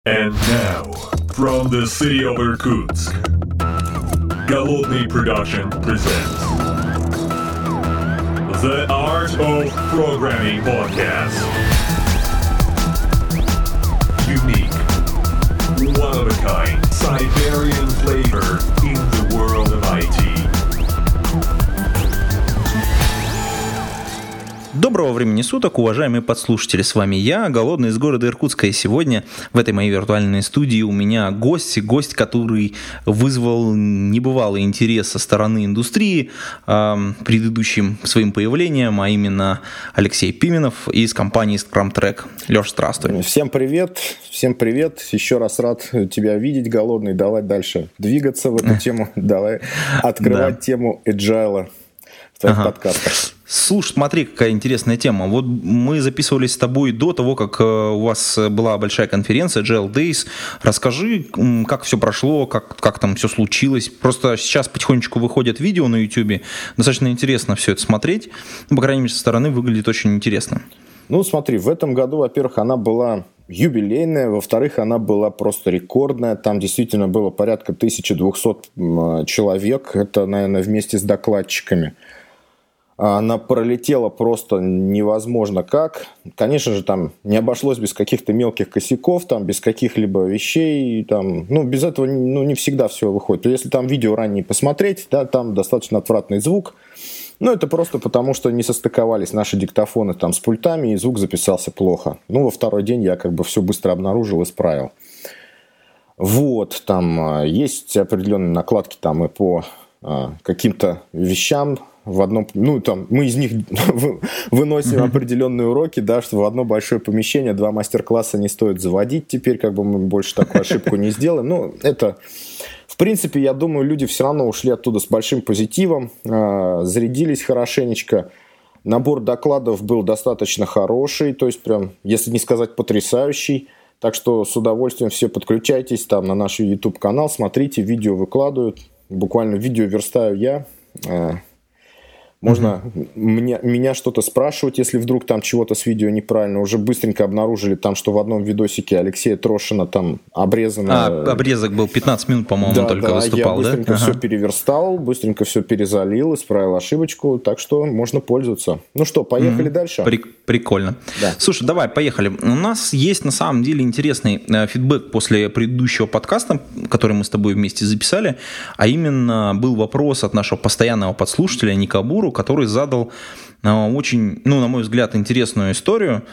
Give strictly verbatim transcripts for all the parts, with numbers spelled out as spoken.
And now, from the city of Irkutsk, Голодный Production presents The Art of Programming Podcast. Unique, one-of-a-kind, Siberian flavor in the world of ай ти. Доброго времени суток, уважаемые подслушатели, с вами я, Голодный, из города Иркутска, и сегодня в этой моей виртуальной студии у меня гость, гость, который вызвал небывалый интерес со стороны индустрии э, предыдущим своим появлением, а именно Алексей Пименов из компании ScrumTrack. Леш, здравствуй. Всем привет, всем привет, еще раз рад тебя видеть, Голодный, давай дальше двигаться в эту тему, давай открывать тему Agile в твоих подкастах. Слушай, смотри, какая интересная тема. Вот мы записывались с тобой до того, как у вас была большая конференция Agile Days. Расскажи, как все прошло, как, как там все случилось. Просто сейчас потихонечку выходят видео на YouTube. Достаточно интересно все это смотреть. По крайней мере, со стороны выглядит очень интересно. Ну, смотри, в этом году, во-первых, она была юбилейная, во-вторых, она была просто рекордная. Там действительно было порядка тысяча двести человек. Это, наверное, вместе с докладчиками. Она пролетела просто невозможно как. Конечно же, там не обошлось без каких-то мелких косяков, там, без каких-либо вещей. Там, ну, без этого ну, не всегда все выходит. Если там видео ранее посмотреть, да, там достаточно отвратный звук. Ну, это просто потому, что не состыковались наши диктофоны там с пультами, и звук записался плохо. Ну, во второй день я как бы все быстро обнаружил и исправил. Вот, там есть определенные накладки там и по а, каким-то вещам. В одном, ну, там, мы из них выносим mm-hmm. определенные уроки, да, что в одно большое помещение два мастер-класса не стоит заводить теперь, как бы мы больше такую ошибку не сделаем. Ну, это, в принципе, я думаю, люди все равно ушли оттуда с большим позитивом, э, зарядились хорошенечко. Набор докладов был достаточно хороший, то есть прям, если не сказать потрясающий. Так что с удовольствием все подключайтесь там на наш YouTube-канал, смотрите, видео выкладывают. Буквально видео верстаю я. Э, Можно mm-hmm. меня, меня что-то спрашивать, если вдруг там чего-то с видео неправильно. Уже быстренько обнаружили там, что в одном видосике Алексея Трошина там обрезано... А, обрезок был пятнадцать минут, по-моему, да, только да, выступал, да? Я быстренько ага. все переверстал, быстренько все перезалил, исправил ошибочку, так что можно пользоваться. Ну что, поехали mm-hmm. дальше? При- прикольно. Да. Слушай, давай, поехали. У нас есть на самом деле интересный э, фидбэк после предыдущего подкаста, который мы с тобой вместе записали, а именно был вопрос от нашего постоянного подслушателя Никабуру, который задал очень, ну, на мой взгляд, интересную историю.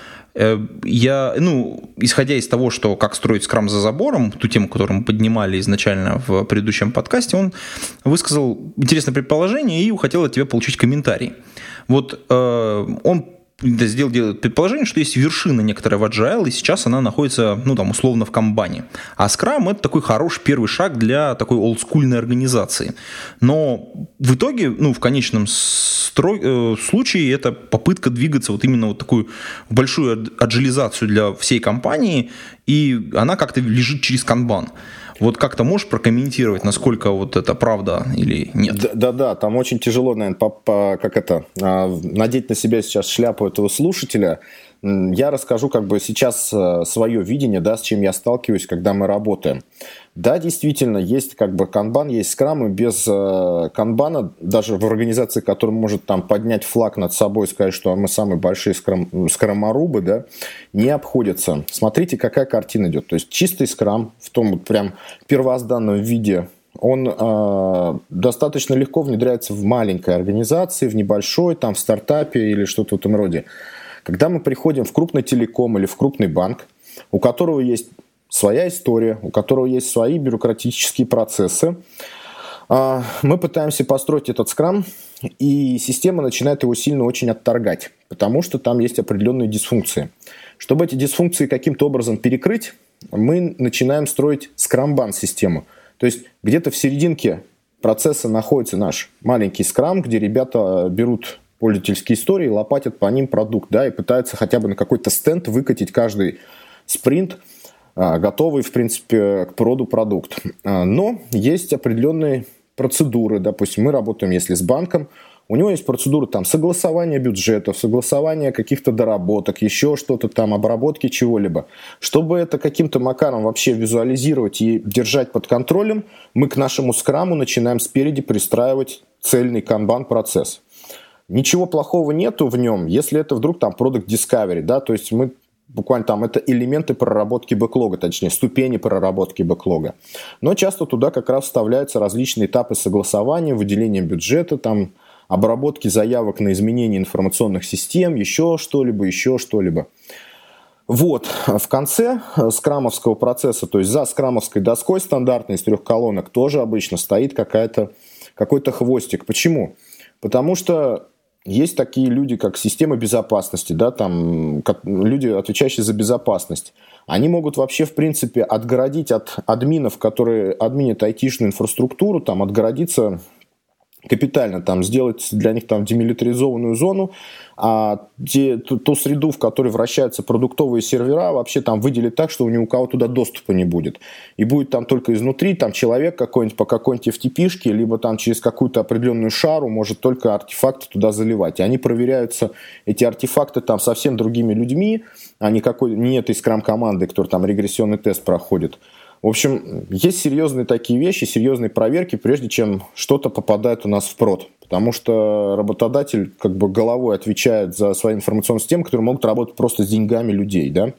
Я, ну, исходя из того, что как строить скрам за забором, ту тему, которую мы поднимали изначально в предыдущем подкасте, он высказал интересное предположение и хотел от тебя получить комментарий. Вот э, он сделал делает предположение, что есть вершина некоторая в Agile, и сейчас она находится, ну, там, условно, в Kanban. А Scrum — это такой хороший первый шаг для такой олдскульной организации. Но в итоге, ну, в конечном строй, э, случае это попытка двигаться вот именно вот такую большую аджилизацию для всей компании, и она как-то лежит через Kanban. Вот как-то можешь прокомментировать, насколько вот это правда или нет? Да-да, там очень тяжело, наверное, по, по, как это, надеть на себя сейчас шляпу этого слушателя. Я расскажу как бы сейчас свое видение, да, с чем я сталкиваюсь, когда мы работаем. Да, действительно, есть как бы канбан, есть скрам, и без канбана, даже в организации, которая может там поднять флаг над собой и сказать, что мы самые большие скрам, скраморубы, да, не обходятся. Смотрите, какая картина идет. То есть чистый скрам в том вот прям первозданном виде, он э, достаточно легко внедряется в маленькой организации, в небольшой, там в стартапе или что-то в этом роде. Когда мы приходим в крупный телеком или в крупный банк, у которого есть своя история, у которого есть свои бюрократические процессы, мы пытаемся построить этот скрам, и система начинает его сильно очень отторгать, потому что там есть определенные дисфункции. Чтобы эти дисфункции каким-то образом перекрыть, мы начинаем строить скрамбан-систему. То есть где-то в серединке процесса находится наш маленький скрам, где ребята берут пользовательские истории, лопатят по ним продукт, да, и пытаются хотя бы на какой-то стенд выкатить каждый спринт, готовый, в принципе, к проду продукт. Но есть определенные процедуры. Допустим, мы работаем, если с банком, У него есть процедура там согласования бюджетов, согласования каких-то доработок, еще что-то там, обработки чего-либо. Чтобы это каким-то макаром вообще визуализировать и держать под контролем, мы к нашему скраму начинаем спереди пристраивать цельный канбан-процесс. Ничего плохого нету в нем, если это вдруг там Product Discovery, да, то есть мы буквально там это элементы проработки бэклога, точнее, ступени проработки бэклога. Но часто туда как раз вставляются различные этапы согласования, выделения бюджета, там, обработки заявок на изменение информационных систем, еще что-либо, еще что-либо. Вот, в конце скрамовского процесса, то есть за скрамовской доской стандартной из трех колонок, тоже обычно стоит какая-то, какой-то хвостик. Почему? Потому что есть такие люди, как система безопасности, да, там, люди, отвечающие за безопасность. Они могут вообще, в принципе, отгородить от админов, которые админят айтишную инфраструктуру, там, отгородиться капитально, там, сделать для них там демилитаризованную зону, а те, ту, ту среду, в которой вращаются продуктовые сервера, вообще там выделить так, что ни у кого туда доступа не будет. И будет там только изнутри там человек какой-нибудь по какой-нибудь эф ти пи-шке, либо там через какую-то определенную шару может только артефакты туда заливать. И они проверяются, эти артефакты там совсем другими людьми, а не, какой, не этой скрам-командой, которая там регрессионный тест проходит. В общем, есть серьезные такие вещи, серьезные проверки, прежде чем что-то попадает у нас в прод. Потому что работодатель как бы головой отвечает за свои информационные системы, которые могут работать просто с деньгами людей, да.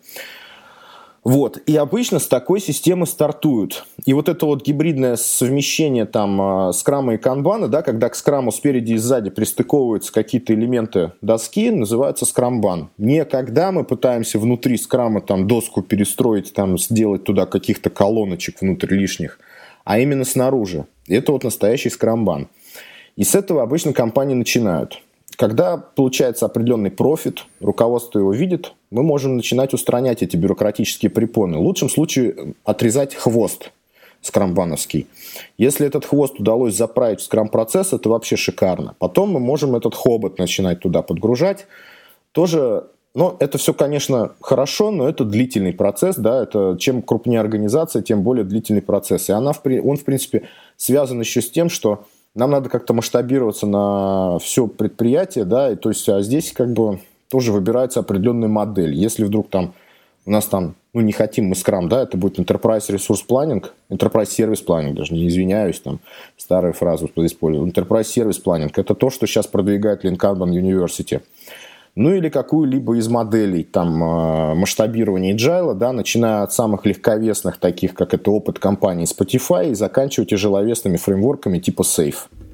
Вот. И обычно с такой системы стартуют. И вот это вот гибридное совмещение там скрама и канбана, да, когда к скраму спереди и сзади пристыковываются какие-то элементы доски, называется скрамбан. Не когда мы пытаемся внутри скрама там доску перестроить, там сделать туда каких-то колоночек внутрь лишних, а именно снаружи. Это вот настоящий скрамбан. И с этого обычно компании начинают. Когда получается определенный профит, руководство его видит, мы можем начинать устранять эти бюрократические препоны. В лучшем случае отрезать хвост скрамбановский. Если этот хвост удалось заправить в скрам-процесс, это вообще шикарно. Потом мы можем этот хобот начинать туда подгружать. Тоже, ну, это все, конечно, хорошо, но это длительный процесс. Да, это, чем крупнее организация, тем более длительный процесс. И она, он, в принципе, связан еще с тем, что нам надо как-то масштабироваться на все предприятие, да, и то есть а здесь как бы тоже выбирается определенная модель. Если вдруг там у нас там, ну, не хотим мы скрам, да, это будет Enterprise Resource Planning, Enterprise Service Planning, даже не извиняюсь, там старую фразу использую. Enterprise Service Planning – это то, что сейчас продвигает Lean Kanban University. Ну, или какую-либо из моделей там масштабирования agile, да, начиная от самых легковесных, таких как это опыт компании Spotify, и заканчивая тяжеловесными фреймворками типа Safe.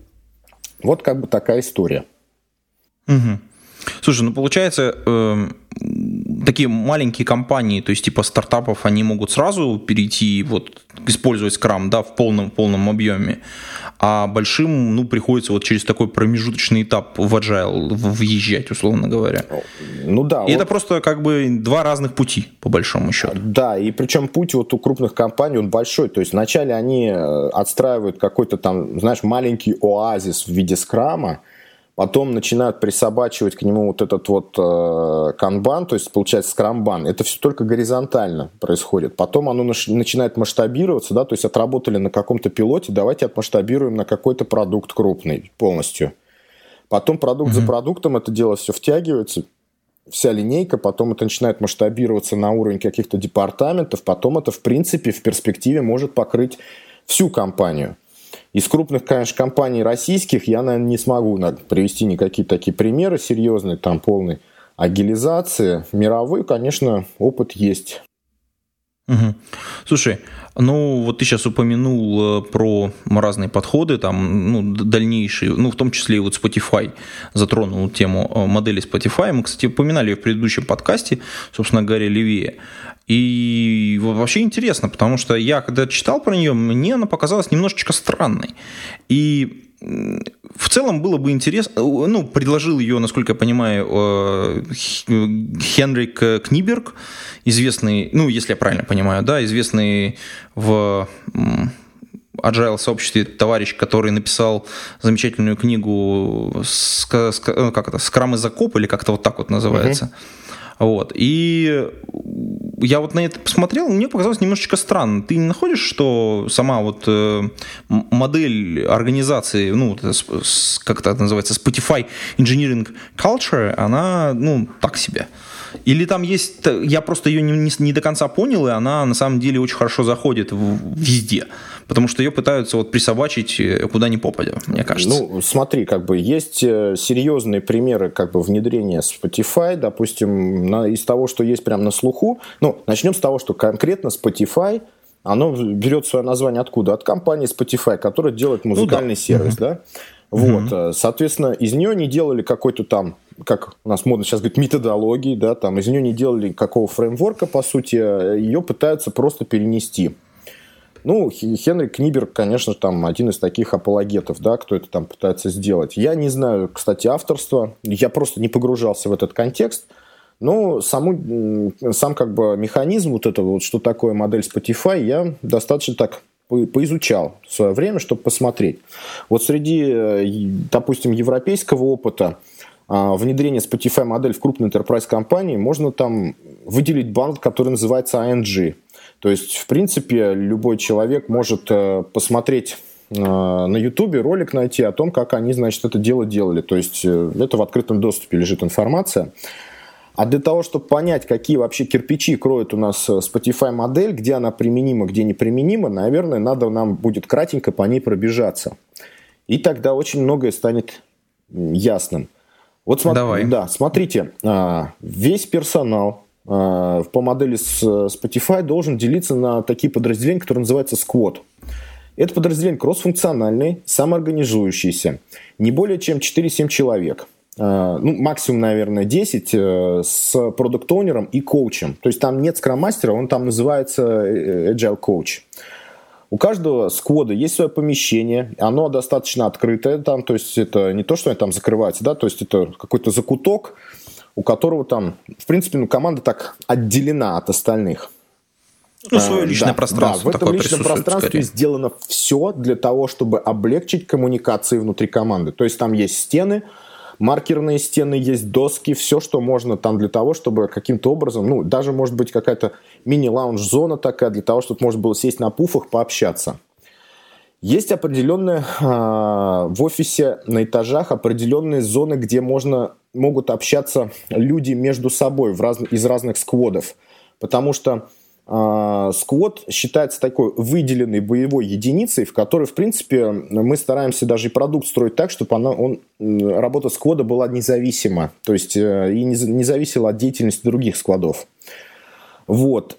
Вот как бы такая история. Угу. Слушай, ну получается, э, такие маленькие компании, то есть типа стартапов, они могут сразу перейти, вот, использовать Scrum, да, в полном, полном объеме, а большим, ну, приходится вот через такой промежуточный этап в Agile въезжать, условно говоря. Ну да. И вот это просто как бы два разных пути, по большому счету. Да, и причем путь вот у крупных компаний, он большой. То есть вначале они отстраивают какой-то там, знаешь, маленький оазис в виде скрама, потом начинают присобачивать к нему вот этот вот э, канбан, то есть получается скрамбан. Это все только горизонтально происходит. Потом оно наш, начинает масштабироваться, да, то есть отработали на каком-то пилоте, давайте отмасштабируем на какой-то продукт крупный полностью. Потом продукт mm-hmm. за продуктом это дело все втягивается, вся линейка, потом это начинает масштабироваться на уровень каких-то департаментов, потом это, в принципе, в перспективе может покрыть всю компанию. Из крупных, конечно, компаний российских я, наверное, не смогу привести никакие такие примеры серьезные, там, полной агилизации. Мировой, конечно, опыт есть. Угу. Слушай, ну вот ты сейчас упомянул про разные подходы, там, ну, дальнейшие, ну, в том числе и вот Spotify затронул тему модели Spotify. Мы, кстати, упоминали ее в предыдущем подкасте, собственно говоря, левее. И вообще интересно, потому что я, когда читал про нее, мне она показалась немножечко странной. И в целом было бы интересно, ну, предложил ее, насколько я понимаю, Хенрик Книберг, известный, ну, если я правильно понимаю, да, известный в Agile сообществе товарищ, который написал замечательную книгу, как это, «Скрам из окопа», или как-то вот так вот называется. Uh-huh. Вот. И я вот на это посмотрел, мне показалось немножечко странно. Ты не находишь, что сама вот э, модель организации, ну, как это называется, Spotify Engineering Culture, она, ну, так себе? Или там есть, я просто ее не, не, не до конца понял, и она на самом деле очень хорошо заходит в, везде, потому что ее пытаются вот присобачить куда ни попадя, мне кажется. Ну, смотри, как бы есть серьезные примеры как бы внедрения Spotify, допустим, на, из того, что есть прямо на слуху. Ну, начнем с того, что конкретно Spotify, оно берет свое название откуда? От компании Spotify, которая делает музыкальный ну, да. сервис, mm-hmm. да? Вот, mm-hmm. соответственно, из нее не делали какой-то там, как у нас модно сейчас говорить, методологии, да, там из нее не делали какого фреймворка, по сути, ее пытаются просто перенести. Ну, Хенрик Книберг, конечно, там один из таких апологетов, да, кто это там пытается сделать. Я не знаю, кстати, авторства, я просто не погружался в этот контекст, но саму, сам как бы механизм вот этого, вот, что такое модель Spotify, я достаточно так поизучал в свое время, чтобы посмотреть. Вот среди, допустим, европейского опыта внедрения Spotify модель в крупной enterprise компании можно там выделить банк, который называется ай эн джи. То есть, в принципе, любой человек может посмотреть на Ютубе ролик найти о том, как они, значит, это дело делали. То есть, это в открытом доступе лежит информация. А для того, чтобы понять, какие вообще кирпичи кроет у нас Spotify модель, где она применима, где не применима, наверное, надо нам будет кратенько по ней пробежаться. И тогда очень многое станет ясным. Вот Давай. Да, смотрите, весь персонал по модели Spotify должен делиться на такие подразделения, которые называются сквад. Это подразделение кроссфункциональное, самоорганизующееся, не более чем четыре-семь человек. Ну, максимум, наверное, десять с продукт-оунером и коучем. То есть там нет скрам-мастера, он там называется agile coach. У каждого сквода есть свое помещение, оно достаточно открытое, там, то есть это не то, что они там закрываются, да, то есть это какой-то закуток, у которого там, в принципе, ну, команда так отделена от остальных. Ну, свое личное да, пространство. Да, в этом личном пространстве скорее. Сделано все для того, чтобы облегчить коммуникации внутри команды. То есть там есть стены, маркерные стены, есть доски, все, что можно там для того, чтобы каким-то образом, ну, даже, может быть, какая-то мини-лаунж-зона такая, для того, чтобы можно было сесть на пуфах, пообщаться. Есть определенные э, в офисе на этажах определенные зоны, где можно, могут общаться люди между собой в раз, из разных скводов, потому что сквад считается такой выделенной боевой единицей, в которой, в принципе, мы стараемся даже и продукт строить так, чтобы она, он, работа сквада была независима, то есть и не, не зависела от деятельности других сквадов. Вот.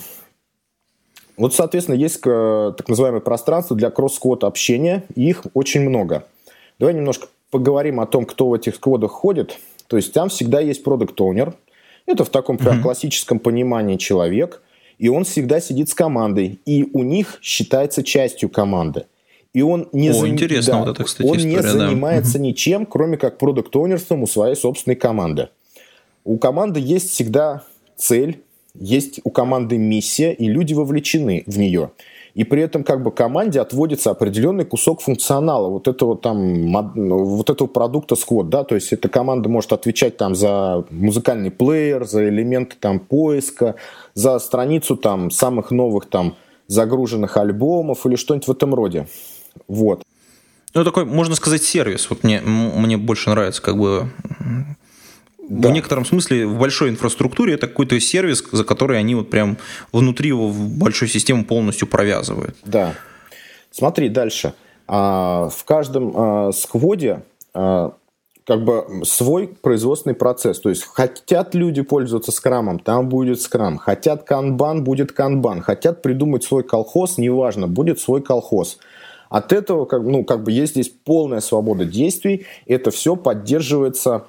Вот, соответственно, есть так называемое пространство для кросс-сквад общения, и их очень много. Давай немножко поговорим о том, кто в этих сквадах ходит. То есть там всегда есть продукт-оунер. Это в таком прям классическом понимании человек. И он всегда сидит с командой, и у них считается частью команды. И он не, О, за... интересно, да, вот это, кстати, он история, не да. занимается ничем, кроме как продукт-оунерством у своей собственной команды. У команды есть всегда цель, есть у команды миссия, и люди вовлечены в нее. И при этом как бы команде отводится определенный кусок функционала вот этого, там, вот этого продукта сквад. Да? То есть эта команда может отвечать там, за музыкальный плеер, за элементы там, поиска, за страницу там, самых новых там, загруженных альбомов или что-нибудь в этом роде. Вот. Ну, такой, можно сказать, сервис. Вот мне, мне больше нравится как бы... Да. В некотором смысле в большой инфраструктуре это какой-то сервис, за который они вот прям внутри его в большую систему полностью провязывают. Да. Смотри дальше. В каждом скводе как бы свой производственный процесс. То есть хотят люди пользоваться скрамом, там будет скрам. Хотят канбан, будет канбан. Хотят придумать свой колхоз, неважно, будет свой колхоз. От этого как, ну, как бы есть здесь полная свобода действий. Это все поддерживается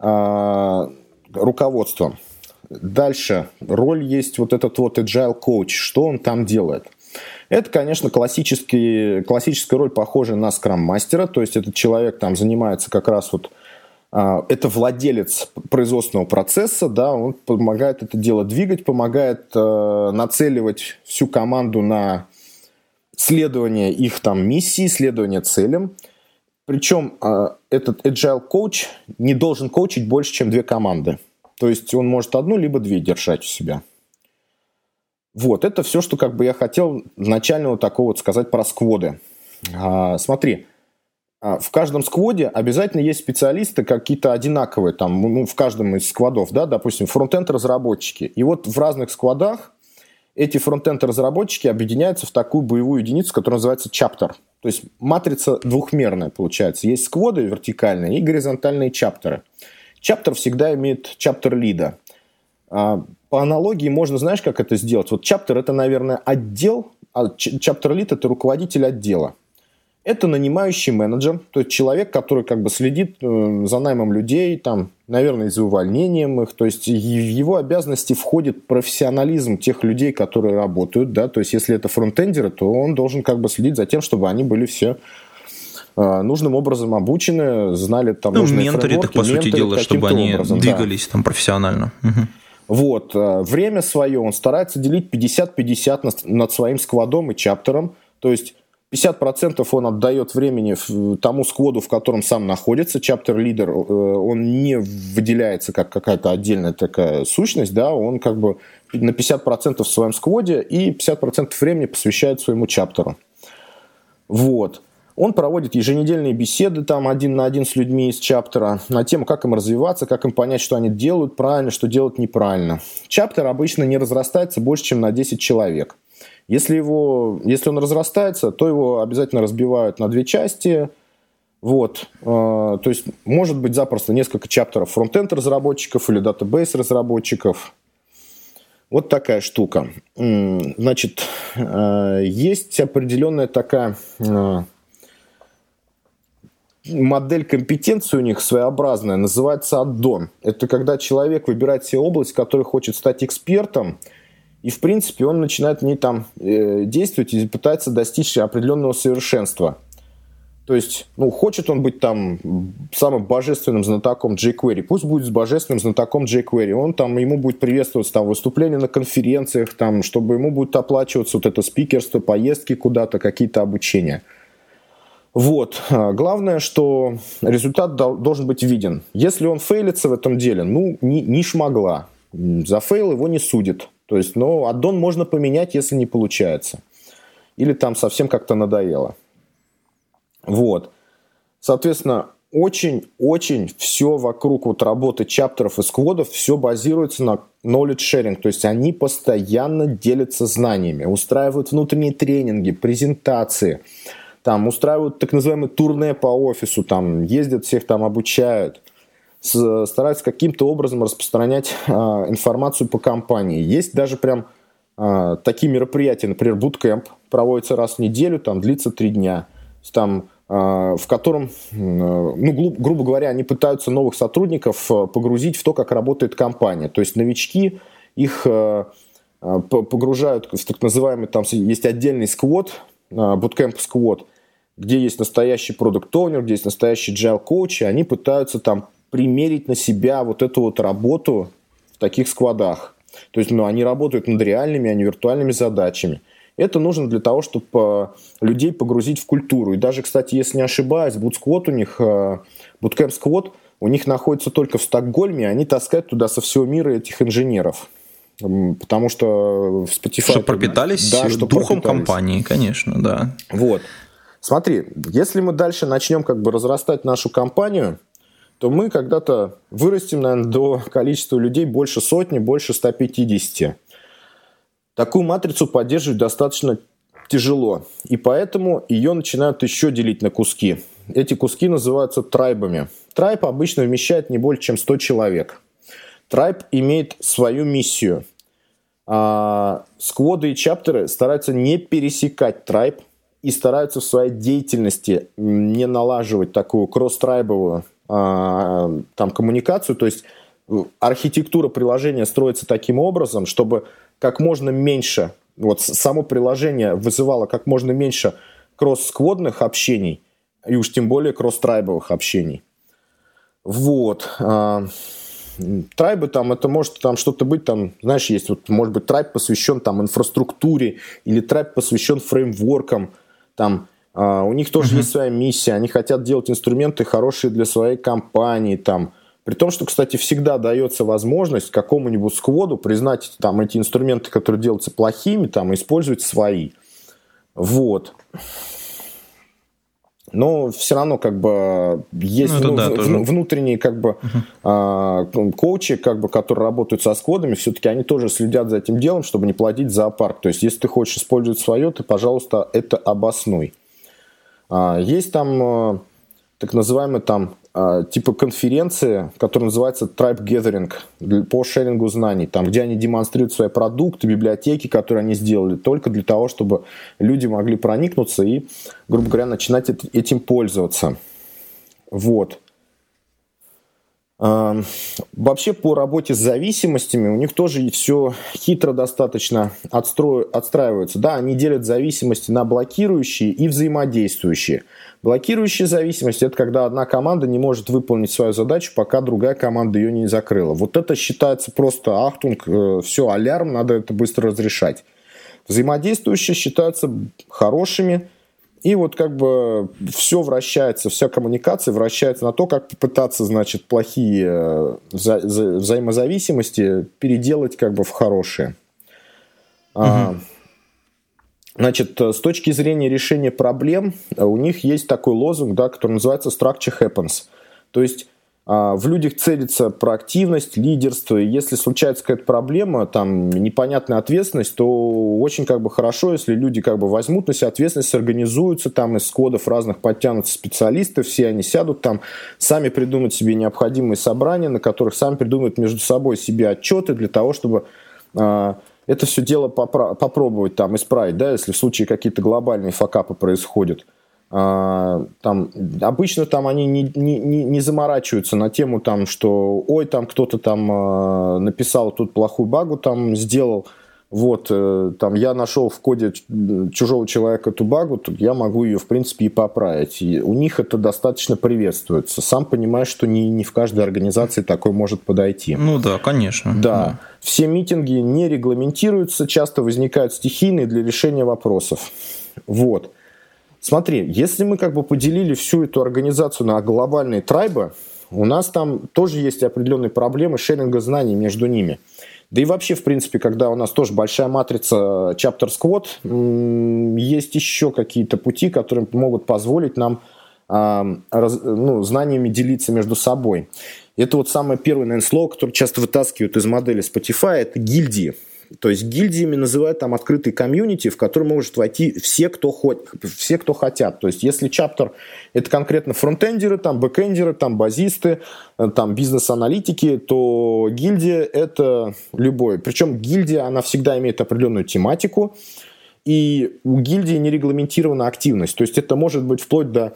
руководством. Дальше. Роль есть вот этот вот agile coach. Что он там делает? Это, конечно, классический, классическая роль, похожая на скрам-мастера. То есть этот человек там занимается как раз вот... Это владелец производственного процесса, да, он помогает это дело двигать, помогает нацеливать всю команду на следование их там миссии, следование целям. Причем этот agile coach не должен коучить больше, чем две команды. То есть он может одну либо две держать у себя. Вот, это все, что как бы я хотел начального такого вот сказать про скводы. А, смотри, в каждом скводе обязательно есть специалисты какие-то одинаковые, там, ну, в каждом из сквадов, да, допустим, фронтенд-разработчики. И вот в разных сквадах эти фронтенд-разработчики объединяются в такую боевую единицу, которая называется чаптер. То есть матрица двухмерная получается. Есть скводы вертикальные и горизонтальные чаптеры. Чаптер всегда имеет чаптер-лида. По аналогии можно, знаешь, как это сделать? Вот чаптер – это, наверное, отдел, а чаптер-лид – это руководитель отдела. Это нанимающий менеджер, то есть человек, который как бы следит за наймом людей, там, наверное, за увольнением их. То есть в его обязанности входит профессионализм тех людей, которые работают. Да? То есть если это фронтендеры, то он должен как бы следить за тем, чтобы они были все нужным образом обучены, знали там ну, нужные менторы, фреймворки. Так, по сути дела, чтобы они образом, двигались да. там профессионально. Угу. Вот. Время свое он старается делить пятьдесят пятьдесят над своим сквадом и чаптером. То есть пятьдесят процентов он отдает времени тому скводу, в котором сам находится. Чаптер-лидер, он не выделяется как какая-то отдельная такая сущность, да, он как бы на пятьдесят процентов в своем скводе и пятьдесят процентов времени посвящает своему чаптеру. Вот. Он проводит еженедельные беседы там один на один с людьми из чаптера на тему, как им развиваться, как им понять, что они делают правильно, что делать неправильно. Чаптер обычно не разрастается больше, чем на десять человек. Если, его, если он разрастается, то его обязательно разбивают на две части. Вот. То есть может быть запросто несколько чаптеров фронтенд-разработчиков или датабейс-разработчиков. Вот такая штука. Значит, есть определенная такая модель компетенции у них своеобразная, называется аддон. Это когда человек выбирает себе область, в которой хочет стать экспертом, и, в принципе, он начинает в ней там э, действовать и пытается достичь определенного совершенства. То есть, ну, хочет он быть там самым божественным знатоком jQuery, пусть будет с божественным знатоком jQuery. Он там, ему будет приветствоваться там выступления на конференциях, там, чтобы ему будет оплачиваться вот это спикерство, поездки куда-то, какие-то обучения. Вот. Главное, что результат должен быть виден. Если он фейлится в этом деле, ну, не, не шмогла. За фейл его не судят. То есть, ну, аддон можно поменять, если не получается. Или там совсем как-то надоело. Вот. Соответственно, очень-очень все вокруг вот работы чаптеров и скводов, все базируется на knowledge sharing. То есть, они постоянно делятся знаниями, устраивают внутренние тренинги, презентации, там, устраивают так называемые турне по офису, там, ездят, всех там обучают, с, стараются каким-то образом распространять а, информацию по компании. Есть даже прям а, такие мероприятия, например, буткэмп проводится раз в неделю, там, длится три дня, там, а, в котором, ну, гру- грубо говоря, они пытаются новых сотрудников погрузить в то, как работает компания. То есть новички их а, погружают в так называемый, там есть отдельный сквот, Bootcamp Squad, где есть настоящий продукт-оунер, где есть настоящий agile-коуч, и они пытаются там примерить на себя вот эту вот работу в таких сквадах. То есть, ну, они работают над реальными, а не виртуальными задачами. Это нужно для того, чтобы людей погрузить в культуру. И даже, кстати, если не ошибаюсь, Boot Squad у них, Bootcamp Squad у них находится только в Стокгольме, и они таскают туда со всего мира этих инженеров. Потому что в Spotify... Чтобы пропитались да, что духом пропитались. Компании, конечно, да. Вот. Смотри, если мы дальше начнем как бы разрастать нашу компанию, то мы когда-то вырастем, наверное, до количества людей больше сотни, больше ста пятидесяти. Такую матрицу поддерживать достаточно тяжело. И поэтому ее начинают еще делить на куски. Эти куски называются трайбами. Трайб обычно вмещает не больше, чем сто человек. Трайб имеет свою миссию. А скводы и чаптеры стараются не пересекать трайб и стараются в своей деятельности не налаживать такую кросс-трайбовую а, там, коммуникацию. То есть архитектура приложения строится таким образом, чтобы как можно меньше, вот само приложение вызывало как можно меньше кросс-скводных общений и уж тем более кросс-трайбовых общений. Вот. Трайбы там, это может там что-то быть, там, знаешь, есть, вот, может быть, трайб посвящен там инфраструктуре или трайб посвящен фреймворкам, там, а, у них тоже uh-huh. есть своя миссия, они хотят делать инструменты хорошие для своей компании, там, При том, что, кстати, всегда дается возможность какому-нибудь скводу признать там эти инструменты, которые делаются плохими, там, использовать свои. Вот. Но все равно как бы есть ну, да, в, внутренние как бы uh-huh. э, коучи, как бы, которые работают со скводами, все-таки они тоже следят за этим делом, чтобы не плодить зоопарк. То есть, если ты хочешь использовать свое, ты, пожалуйста, это обоснуй. А, есть там э, так называемые там э, типа конференции, которые называются Tribe Gathering по шерингу знаний, там, где они демонстрируют свои продукты, библиотеки, которые они сделали, только для того, чтобы люди могли проникнуться и, грубо говоря, начинать этим пользоваться. Вот. Вообще по работе с зависимостями у них тоже все хитро достаточно отстро... отстраивается. Да, они делят зависимости на блокирующие и взаимодействующие. Блокирующие зависимости – это когда одна команда не может выполнить свою задачу, пока другая команда ее не закрыла. Вот это считается просто ахтунг, все, алярм, надо это быстро разрешать. Взаимодействующие считаются хорошими. И вот как бы все вращается, вся коммуникация вращается на то, как попытаться, значит, плохие вза- вза- взаимозависимости переделать как бы в хорошие. Угу. А, значит, с точки зрения решения проблем, у них есть такой лозунг, да, который называется «Structure happens». То есть в людях целится проактивность, лидерство, и если случается какая-то проблема, там, непонятная ответственность, то очень как бы хорошо, если люди как бы возьмут на себя ответственность, сорганизуются, там из кодов разных подтянутся специалисты, все они сядут там, сами придумают себе необходимые собрания, на которых сами придумают между собой себе отчеты для того, чтобы э, это все дело попро- попробовать там исправить, да, если в случае какие-то глобальные факапы происходят. Там, обычно там они не, не, не заморачиваются на тему, там, что ой, там кто-то там написал тут плохую багу, там сделал, вот, там я нашел в коде чужого человека эту багу, то я могу ее, в принципе, и поправить. И у них это достаточно приветствуется. Сам понимаешь, что не, не в каждой организации такое может подойти. Ну да, конечно. Да. да. Все митинги не регламентируются, часто возникают стихийные для решения вопросов. Вот. Смотри, если мы как бы поделили всю эту организацию на глобальные трайбы, у нас там тоже есть определенные проблемы шеринга знаний между ними. Да и вообще, в принципе, когда у нас тоже большая матрица Chapter Squad, есть еще какие-то пути, которые могут позволить нам ну, знаниями делиться между собой. Это вот самое первое, наверное, слово, которое часто вытаскивают из модели Spotify, это гильдии. То есть гильдиями называют там открытый комьюнити, в который может войти все, кто, хоть, все, кто хотят. То есть если чаптер – это конкретно фронтендеры, там бэкендеры, там базисты, там бизнес-аналитики, то гильдия – это любой. Причем гильдия, она всегда имеет определенную тематику, и у гильдии не регламентирована активность. То есть это может быть вплоть до…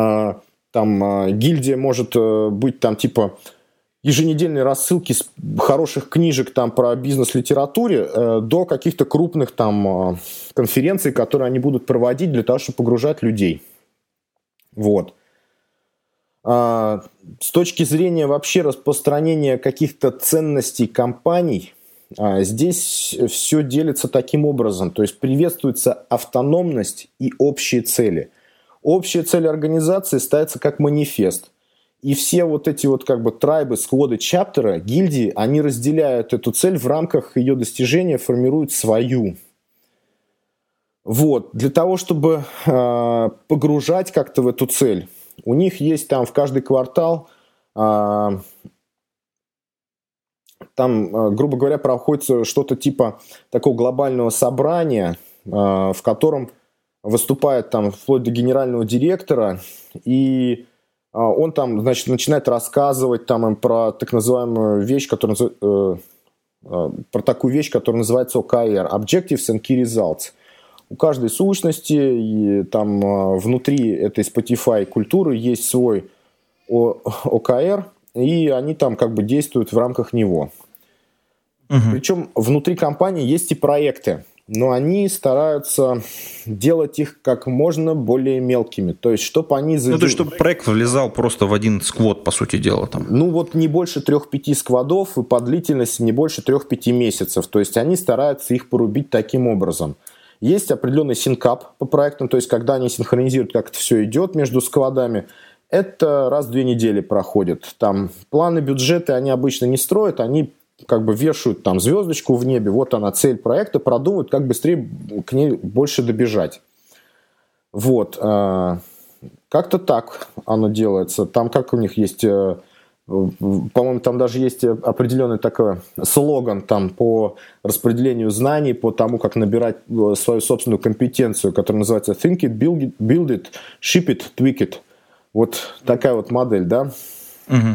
Там гильдия может быть там типа… еженедельные рассылки с хороших книжек там про бизнес-литературе э, до каких-то крупных там э, конференций, которые они будут проводить для того, чтобы погружать людей. Вот. А, с точки зрения вообще распространения каких-то ценностей компаний, а, здесь все делится таким образом. То есть приветствуется автономность и общие цели. Общая цель организации ставится как манифест. И все вот эти вот как бы трайбы, скводы, чаптера, гильдии, они разделяют эту цель в рамках ее достижения, формируют свою. Вот. Для того, чтобы э, погружать как-то в эту цель, у них есть там в каждый квартал, э, там, э, грубо говоря, проходит что-то типа такого глобального собрания, э, в котором выступает там вплоть до генерального директора, и он там, значит, начинает рассказывать там им про так называемую вещь, которая, э, э, про такую вещь, которая называется о ка эр, Objectives and Key Results. У каждой сущности и там э, внутри этой Spotify культуры есть свой о ка эр, и они там как бы действуют в рамках него. Угу. Причем внутри компании есть и проекты, но они стараются делать их как можно более мелкими. То есть, чтобы они... Ну, то есть, чтобы проект влезал просто в один сквад, по сути дела. Там. Ну, вот не больше трех-пяти сквадов и по длительности не больше трех-пяти месяцев. То есть, они стараются их порубить таким образом. Есть определенный синкап по проектам, то есть, когда они синхронизируют, как это все идет между сквадами. это раз в две недели проходит. Там планы, бюджеты они обычно не строят, они как бы вешают там звездочку в небе, вот она цель проекта, продумывают, как быстрее к ней больше добежать. Вот. Как-то так оно делается. Там как у них есть, по-моему, там даже есть определенный такой слоган там по распределению знаний, по тому, как набирать свою собственную компетенцию, которая называется Think it, build it, build it, ship it, tweak it. Вот такая вот модель, да? Угу.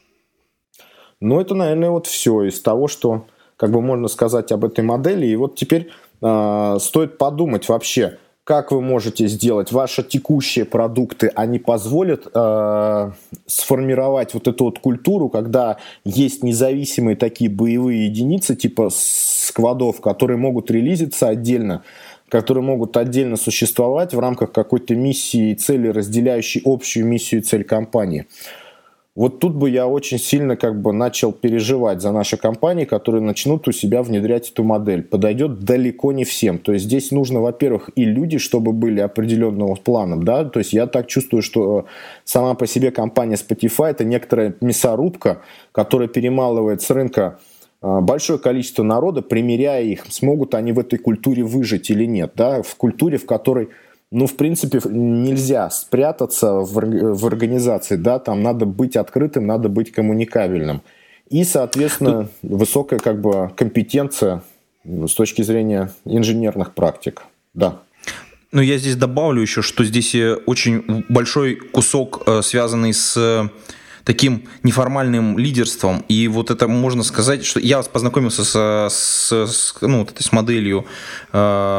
Ну, это, наверное, вот все из того, что как бы можно сказать об этой модели. И вот теперь э, стоит подумать вообще, как вы можете сделать ваши текущие продукты, они позволят э, сформировать вот эту вот культуру, когда есть независимые такие боевые единицы, типа сквадов, которые могут релизиться отдельно, которые могут отдельно существовать в рамках какой-то миссии и цели, разделяющей общую миссию и цель компании. Вот тут бы я очень сильно как бы начал переживать за наши компании, которые начнут у себя внедрять эту модель. Подойдет далеко не всем. То есть здесь нужно, во-первых, и люди, чтобы были определенного плана. Да? То есть я так чувствую, что сама по себе компания Spotify – это некоторая мясорубка, которая перемалывает с рынка большое количество народа, примеряя их, смогут они в этой культуре выжить или нет. Да? В культуре, в которой... Ну, в принципе, нельзя спрятаться в, в организации, да, там надо быть открытым, надо быть коммуникабельным. И, соответственно, Тут... высокая как бы компетенция с точки зрения инженерных практик, да. Ну, я здесь добавлю еще, что здесь очень большой кусок, связанный с таким неформальным лидерством. И вот это можно сказать, что я познакомился с, с, с, ну, вот этой, с моделью э,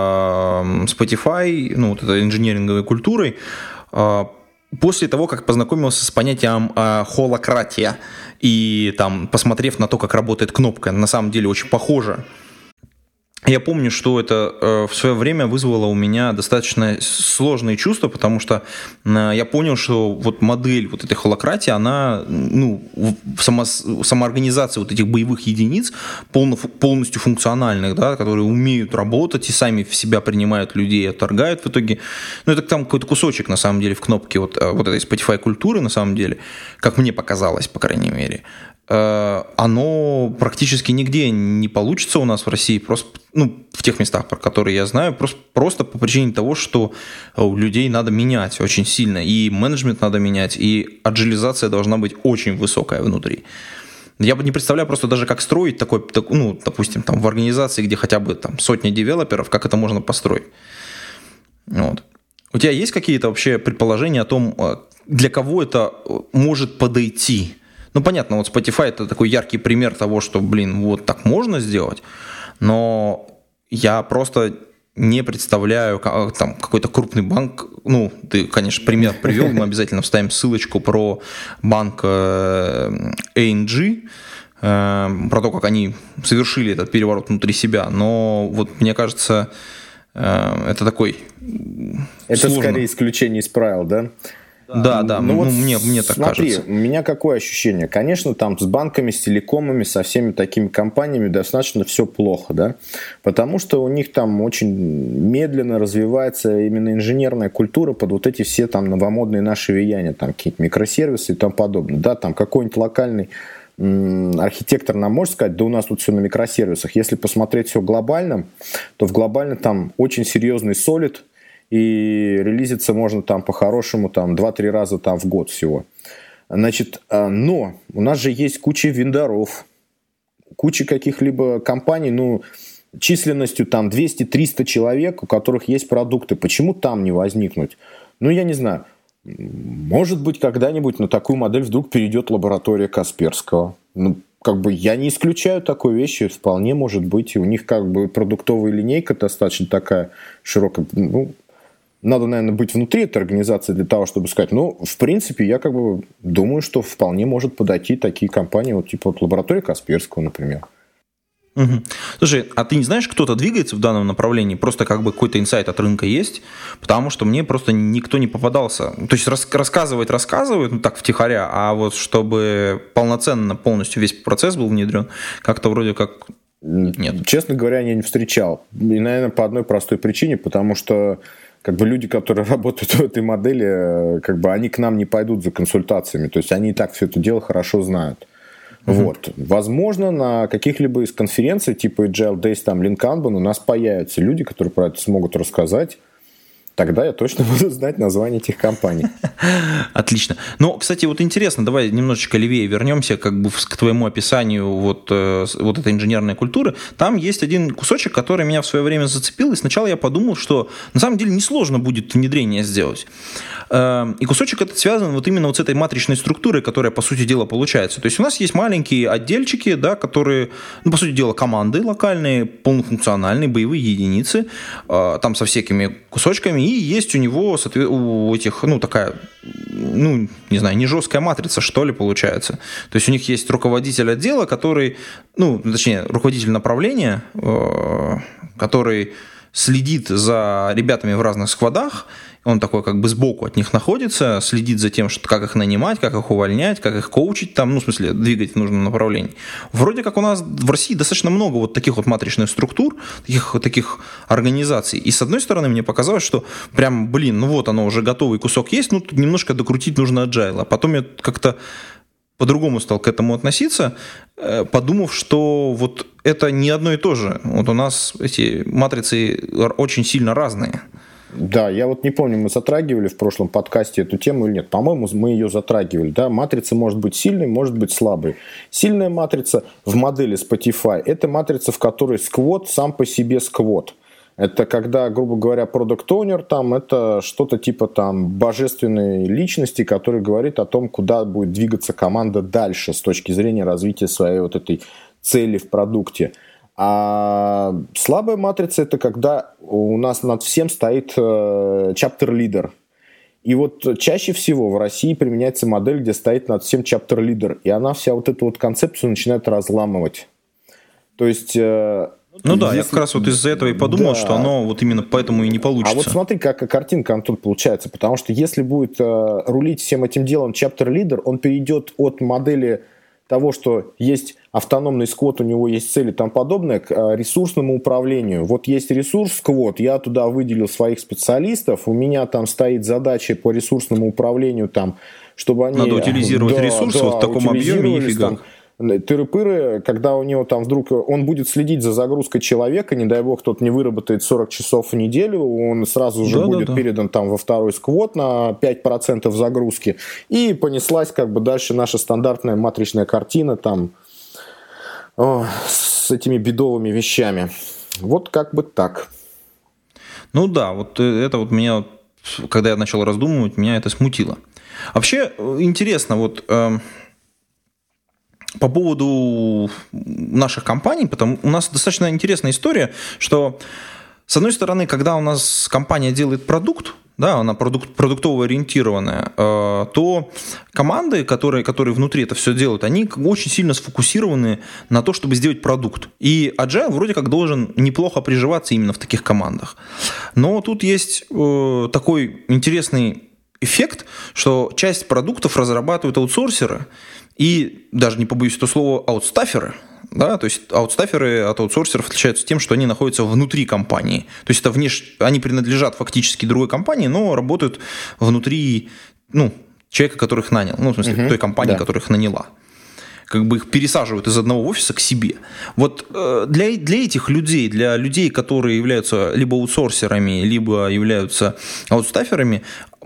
Spotify, ну, вот этой инженеринговой культурой, э, после того, как познакомился с понятием э, холократия. И там, посмотрев на то, как работает кнопка, на самом деле очень похоже. Я помню, что это э, в свое время вызвало у меня достаточно сложные чувства, потому что э, я понял, что вот модель вот этой холократии, она, ну, само, самоорганизация вот этих боевых единиц, полно, полностью функциональных, да, которые умеют работать и сами в себя принимают людей, отторгают в итоге. Ну, это там какой-то кусочек, на самом деле, в кнопке вот, вот этой Spotify культуры, на самом деле, как мне показалось, по крайней мере. Оно практически нигде не получится у нас в России, просто, ну, в тех местах, про которые я знаю, просто, просто по причине того, что у людей надо менять очень сильно, и менеджмент надо менять, и аджилизация должна быть очень высокая внутри. Я бы не представляю просто даже, как строить такой, ну, допустим, там, в организации, где хотя бы там сотни девелоперов, как это можно построить. Вот. У тебя есть какие-то вообще предположения о том, для кого это может подойти? Ну, понятно, вот Spotify – это такой яркий пример того, что, блин, вот так можно сделать, но я просто не представляю, как, там, какой-то крупный банк, ну, ты, конечно, пример привел, мы обязательно вставим ссылочку про банк эй эн джи, про то, как они совершили этот переворот внутри себя, но вот мне кажется, это такой Это сложно. Скорее исключение из правил, да? Да, да, ну, ну вот мне, мне так смотри, кажется. У меня какое ощущение? Конечно, там с банками, с телекомами, со всеми такими компаниями достаточно все плохо, да? Потому что у них там очень медленно развивается именно инженерная культура под вот эти все там новомодные наши влияния, там какие-то микросервисы и тому подобное, да? Там какой-нибудь локальный м- архитектор нам может сказать, да у нас тут все на микросервисах. Если посмотреть все глобально, то в глобально там очень серьезный солид, и релизиться можно там по-хорошему там два-три раза там в год всего. Значит, но у нас же есть куча вендоров, куча каких-либо компаний, ну, численностью там двести-триста человек, у которых есть продукты. Почему там не возникнуть? Ну, я не знаю. Может быть, когда-нибудь на такую модель вдруг перейдет лаборатория Касперского. Ну, как бы я не исключаю такой вещи, вполне может быть. И у них как бы продуктовая линейка достаточно такая широкая. Ну, надо, наверное, быть внутри этой организации для того, чтобы сказать, ну, в принципе, я как бы думаю, что вполне может подойти такие компании, вот типа вот лаборатория Касперского, например. Угу. Слушай, а ты не знаешь, кто-то двигается в данном направлении? Просто как бы какой-то инсайт от рынка есть? Потому что мне просто никто не попадался. То есть рас- рассказывать рассказывают, ну так втихаря, а вот чтобы полноценно полностью весь процесс был внедрен, как-то вроде как нет. Честно говоря, я не встречал. И, наверное, по одной простой причине, потому что как бы люди, которые работают в этой модели, как бы они к нам не пойдут за консультациями. То есть они и так все это дело хорошо знают. Mm-hmm. Вот. Возможно, на каких-либо из конференций, типа Agile Days, там, Lean-Kanban, у нас появятся люди, которые про это смогут рассказать. Тогда я точно буду знать название этих компаний. Отлично. Ну, кстати, вот интересно, давай немножечко левее вернемся как бы к твоему описанию вот, вот этой инженерной культуры. Там есть один кусочек, который меня в свое время зацепил, и сначала я подумал, что на самом деле несложно будет внедрение сделать. И кусочек этот связан вот именно вот с этой матричной структурой, которая, по сути дела, получается. То есть у нас есть маленькие отдельчики, да, которые, ну, по сути дела, команды локальные, полнофункциональные, боевые единицы, там со всякими кусочками. И есть у него, у этих, ну, такая, ну, не знаю, не жесткая матрица, что ли, получается. То есть у них есть руководитель отдела, который, ну, точнее, руководитель направления, который следит за ребятами в разных сквадах. Он такой как бы сбоку от них находится, следит за тем, что, как их нанимать, как их увольнять, как их коучить, там, ну, в смысле, двигать в нужном направлении. Вроде как у нас в России достаточно много вот таких вот матричных структур, таких, таких организаций. И с одной стороны мне показалось, что прям, блин, ну вот оно уже готовый кусок есть, ну, тут немножко докрутить нужно agile. А потом я как-то по-другому стал к этому относиться, подумав, что вот это не одно и то же. Вот у нас эти матрицы очень сильно разные. Да, я вот не помню, мы затрагивали в прошлом подкасте эту тему или нет. По-моему, мы ее затрагивали. Да? Матрица может быть сильной, может быть слабой. Сильная матрица в модели Spotify – это матрица, в которой сквот сам по себе сквот. Это когда, грубо говоря, product owner там, это что-то типа там божественной личности, который говорит о том, куда будет двигаться команда дальше с точки зрения развития своей вот этой цели в продукте. А слабая матрица – это когда у нас над всем стоит chapter leader. И вот чаще всего в России применяется модель, где стоит над всем chapter leader. И она вся вот эту вот концепцию начинает разламывать. То есть… Ну да, я как раз вот из-за этого и подумал, да, что оно вот именно поэтому и не получится. А вот смотри, какая картинка, Антон, получается. Потому что если будет э, рулить всем этим делом chapter leader, он перейдет от модели того, что есть автономный сквот, у него есть цели и тому подобное, к э, ресурсному управлению. Вот есть ресурс сквот, я туда выделил своих специалистов, у меня там стоит задача по ресурсному управлению, там, чтобы они… Надо утилизировать да, ресурсы да, вот в таком объеме, нифига. Там, тыры-пыры, когда у него там вдруг он будет следить за загрузкой человека, не дай бог, кто-то не выработает сорок часов в неделю, он сразу же да, будет да, да. передан там во второй сквот на пять процентов загрузки, и понеслась как бы дальше наша стандартная матричная картина там о, с этими бедовыми вещами. Вот как бы так. Ну да, вот это вот меня, когда я начал раздумывать, меня это смутило. Вообще интересно, вот… Э- По поводу наших компаний, потому у нас достаточно интересная история, что, с одной стороны, когда у нас компания делает продукт, да, она продукт, продуктово ориентированная, э, то команды, которые, которые внутри это все делают, они очень сильно сфокусированы на то, чтобы сделать продукт. И Agile вроде как должен неплохо приживаться именно в таких командах. Но тут есть э, такой интересный эффект, что часть продуктов разрабатывают аутсорсеры, и даже не побоюсь этого слова, аутстафферы. Да? То есть аутстафферы от аутсорсеров отличаются тем, что они находятся внутри компании. То есть это внеш... они принадлежат фактически другой компании, но работают внутри ну, человека, который их нанял. Ну, в смысле, угу, той компании, да. которая их наняла. Как бы их пересаживают из одного офиса к себе. Вот для, для этих людей, для людей, которые являются либо аутсорсерами, либо являются аутстафферами,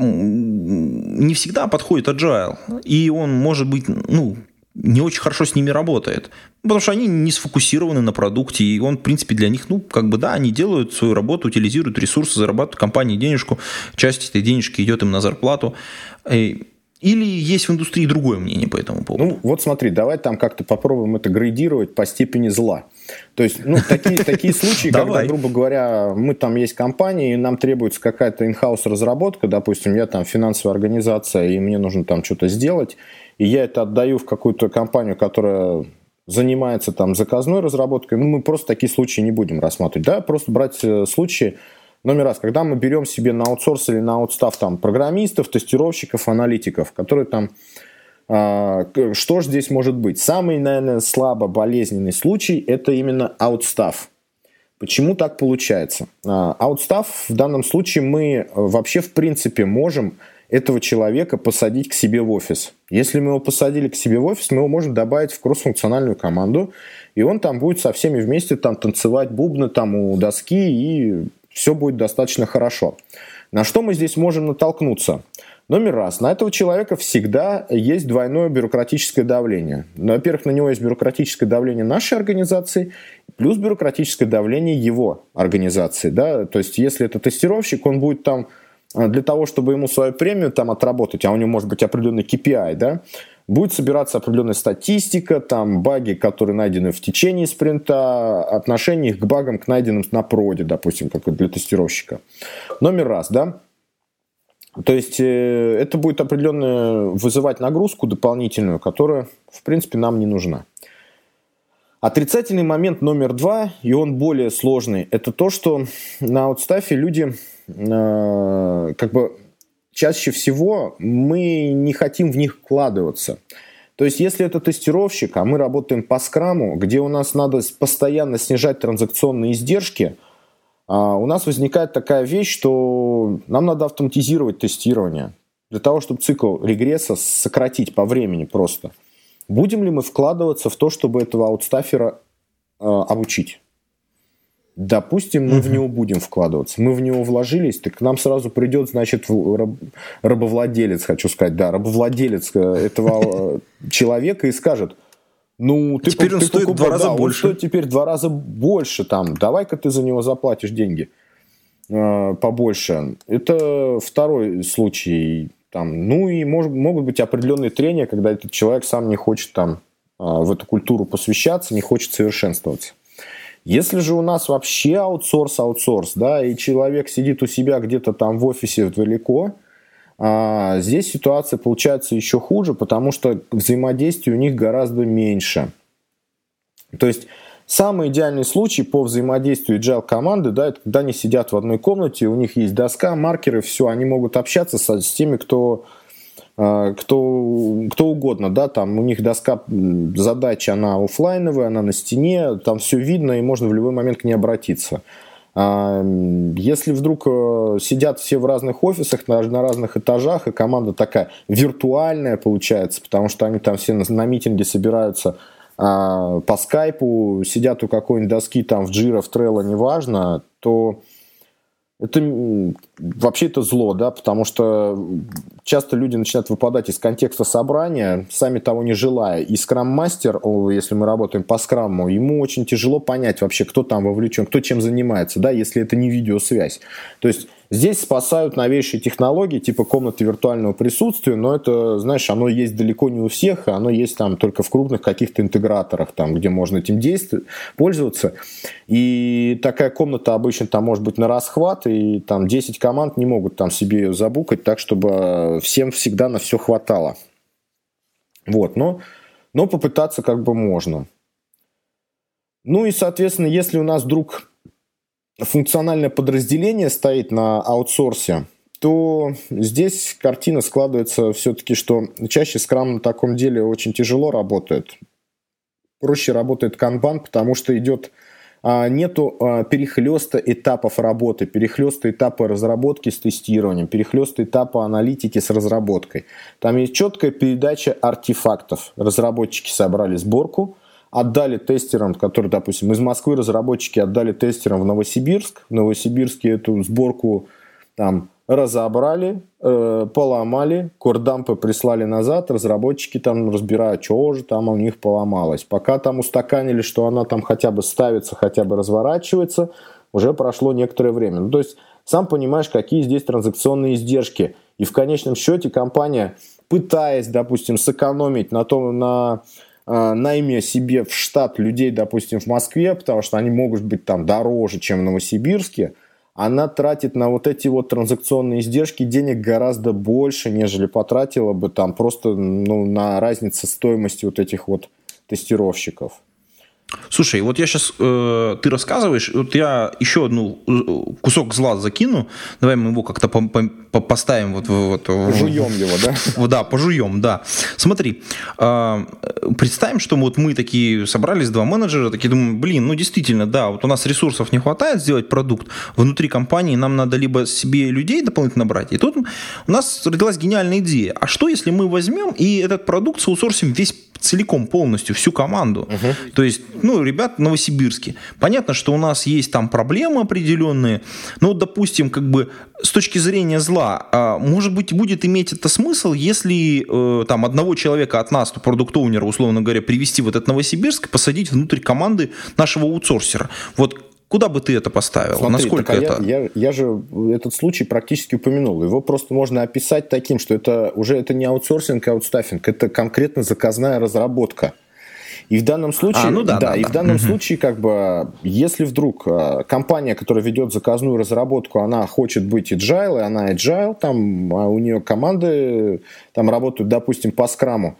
не всегда подходит agile. И он, может быть, ну, не очень хорошо с ними работает. Потому что они не сфокусированы на продукте, и он, в принципе, для них, ну, как бы, да, они делают свою работу, утилизируют ресурсы, зарабатывают компании денежку, часть этой денежки идет им на зарплату. Или есть в индустрии другое мнение по этому поводу? Ну, вот смотри, давай там как-то попробуем это градировать по степени зла. То есть, ну, такие, такие случаи, когда, грубо говоря, мы там есть компания, и нам требуется какая-то in-house разработка, допустим, я там финансовая организация, и мне нужно там что-то сделать, и я это отдаю в какую-то компанию, которая занимается там заказной разработкой, ну, мы просто такие случаи не будем рассматривать, да, просто брать случаи. Номер раз, когда мы берем себе на аутсорс или на аутстав там, программистов, тестировщиков, аналитиков, которые там... Э, что же здесь может быть? Самый, наверное, слабо болезненный случай – это именно аутстав. Почему так получается? Аутстаф в данном случае мы вообще в принципе можем этого человека посадить к себе в офис. Если мы его посадили к себе в офис, мы его можем добавить в кроссфункциональную команду, и он там будет со всеми вместе там танцевать бубны там у доски, и все будет достаточно хорошо. На что мы здесь можем натолкнуться? Номер раз. На этого человека всегда есть двойное бюрократическое давление. Во-первых, на него есть бюрократическое давление нашей организации, плюс бюрократическое давление его организации. Да? То есть, если это тестировщик, он будет там для того, чтобы ему свою премию там отработать, а у него может быть определенный кей пи ай, да, будет собираться определенная статистика, там баги, которые найдены в течение спринта, отношение их к багам, к найденным на проде, допустим, как для тестировщика. Номер раз, да. То есть это будет определенно вызывать нагрузку дополнительную, которая, в принципе, нам не нужна. Отрицательный момент номер два, и он более сложный, это то, что на аутстафе люди э, как бы чаще всего мы не хотим в них вкладываться. То есть если это тестировщик, а мы работаем по скраму, где у нас надо постоянно снижать транзакционные издержки, у нас возникает такая вещь, что нам надо автоматизировать тестирование для того, чтобы цикл регресса сократить по времени просто. Будем ли мы вкладываться в то, чтобы этого аутстафера э, обучить? Допустим, мы uh-huh. в него будем вкладываться. Мы в него вложились, так к нам сразу придет, значит, раб, рабовладелец, хочу сказать, да, рабовладелец этого человека и скажет: ну, ты, теперь ты, он ты стоит покупал, в два раза да, больше. Он стоит теперь в два раза больше. Там. Давай-ка ты за него заплатишь деньги э, побольше. Это второй случай. Там. Ну и мож, могут быть определенные трения, когда этот человек сам не хочет там, э, в эту культуру посвящаться, не хочет совершенствоваться. Если же у нас вообще аутсорс-аутсорс, да, и человек сидит у себя где-то там в офисе далеко, А здесь ситуация получается еще хуже, потому что взаимодействие у них гораздо меньше. То есть самый идеальный случай по взаимодействию agile команды, да, это когда они сидят в одной комнате, у них есть доска, маркеры, все, они могут общаться с, с теми, кто, кто, кто угодно, да, там у них доска задач, она офлайновая, она на стене, там все видно и можно в любой момент к ней обратиться. Если вдруг сидят все в разных офисах, на, на разных этажах, и команда такая виртуальная получается, потому что они там все на, на митинге собираются а, по скайпу, сидят у какой-нибудь доски там в Jira, в Trello, неважно, то это вообще это зло, да, потому что часто люди начинают выпадать из контекста собрания, сами того не желая. И скрам-мастер, если мы работаем по скраму, ему очень тяжело понять вообще, кто там вовлечен, кто чем занимается, да, если это не видеосвязь. То есть здесь спасают новейшие технологии, типа комнаты виртуального присутствия, но это, знаешь, оно есть далеко не у всех, а оно есть там только в крупных каких-то интеграторах, там, где можно этим действовать, пользоваться. И такая комната обычно там может быть на расхват, и там десять команд не могут там себе ее забукать так, чтобы всем всегда на все хватало. Вот, но, но попытаться как бы можно. Ну и, соответственно, если у нас вдруг функциональное подразделение стоит на аутсорсе, то здесь картина складывается все-таки, что чаще скрам на таком деле очень тяжело работает. Проще работает канбан, потому что идет, а, нету а, перехлеста этапов работы, перехлеста этапа разработки с тестированием, перехлеста этапа аналитики с разработкой. Там есть четкая передача артефактов. Разработчики собрали сборку, отдали тестерам, которые, допустим, из Москвы разработчики отдали тестерам в Новосибирск. В Новосибирске эту сборку там разобрали, э, поломали, кордампы прислали назад, разработчики там разбирают, что же там у них поломалось. Пока там устаканили, что она там хотя бы ставится, хотя бы разворачивается, уже прошло некоторое время. Ну, то есть, сам понимаешь, какие здесь транзакционные издержки. И в конечном счете компания, пытаясь, допустим, сэкономить на том, на найме себе в штат людей, допустим, в Москве, потому что они могут быть там дороже, чем в Новосибирске, она тратит на вот эти вот транзакционные издержки денег гораздо больше, нежели потратила бы там просто ну, на разницу стоимости вот этих вот тестировщиков. Слушай, вот я сейчас, э, ты рассказываешь, вот я еще одну кусок зла закину, давай мы его как-то по, по, поставим вот, вот пожуем его, да? Да, пожуем, да. Смотри, э, представим, что вот мы такие собрались, два менеджера, такие думаем, блин, ну действительно, да, вот у нас ресурсов не хватает сделать продукт, внутри компании нам надо либо себе людей дополнительно брать, и тут у нас родилась гениальная идея, а что если мы возьмем и этот продукт соусорсим весь целиком, полностью, всю команду. Uh-huh. То есть, ну, ребят в Новосибирске. Понятно, что у нас есть там проблемы определенные, но, допустим, как бы с точки зрения зла, может быть, будет иметь это смысл, если там одного человека от нас, то продукт-оунера, условно говоря, привести в этот Новосибирск и посадить внутрь команды нашего аутсорсера. Вот куда бы ты это поставил? Смотри, насколько это? Я, я, я же этот случай практически упомянул. Его просто можно описать таким, что это уже это не аутсорсинг, а аутстаффинг. Это конкретно заказная разработка. И в данном случае, а, ну да, да, да, и да. в данном угу. случае, как бы, если вдруг компания, которая ведет заказную разработку, она хочет быть agile, и она agile, там, а у нее команды там работают, допустим, по скраму,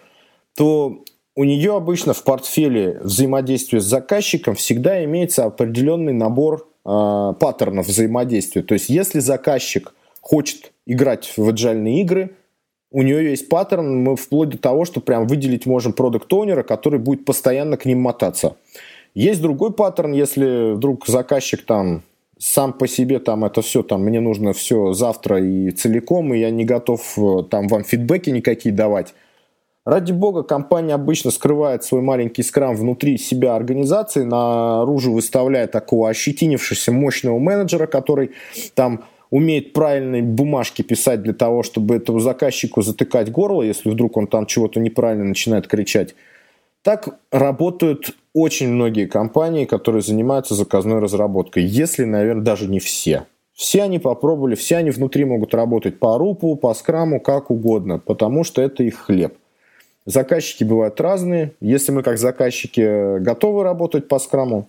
то у нее обычно в портфеле взаимодействия с заказчиком всегда имеется определенный набор э, паттернов взаимодействия. То есть, если заказчик хочет играть в agile игры, у нее есть паттерн, мы вплоть до того, что прям выделить можем продукт-оунера, который будет постоянно к ним мотаться. Есть другой паттерн, если вдруг заказчик там сам по себе там это все, там мне нужно все завтра и целиком, и я не готов там вам фидбэки никакие давать. Ради бога, компания обычно скрывает свой маленький скрам внутри себя организации, наружу выставляя такого ощетинившегося мощного менеджера, который там умеет правильные бумажки писать для того, чтобы этому заказчику затыкать горло, если вдруг он там чего-то неправильно начинает кричать. Так работают очень многие компании, которые занимаются заказной разработкой, если, наверное, даже не все. Все они попробовали, все они внутри могут работать по рупу, по скраму, как угодно, потому что это их хлеб. Заказчики бывают разные. Если мы как заказчики готовы работать по скраму,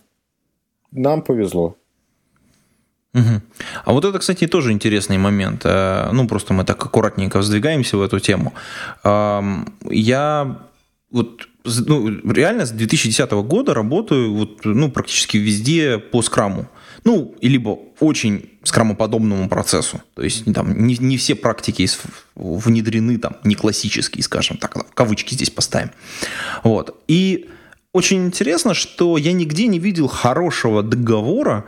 нам повезло. Угу. А вот это, кстати, тоже интересный момент. Ну, просто мы так аккуратненько вздвигаемся в эту тему. Я вот ну, реально с две тысячи десятого года работаю вот, ну, практически везде по скраму. Ну, и либо очень скрамоподобному процессу. То есть там не, не все практики внедрены, там, не классические, скажем так, кавычки здесь поставим. Вот. И очень интересно, что я нигде не видел хорошего договора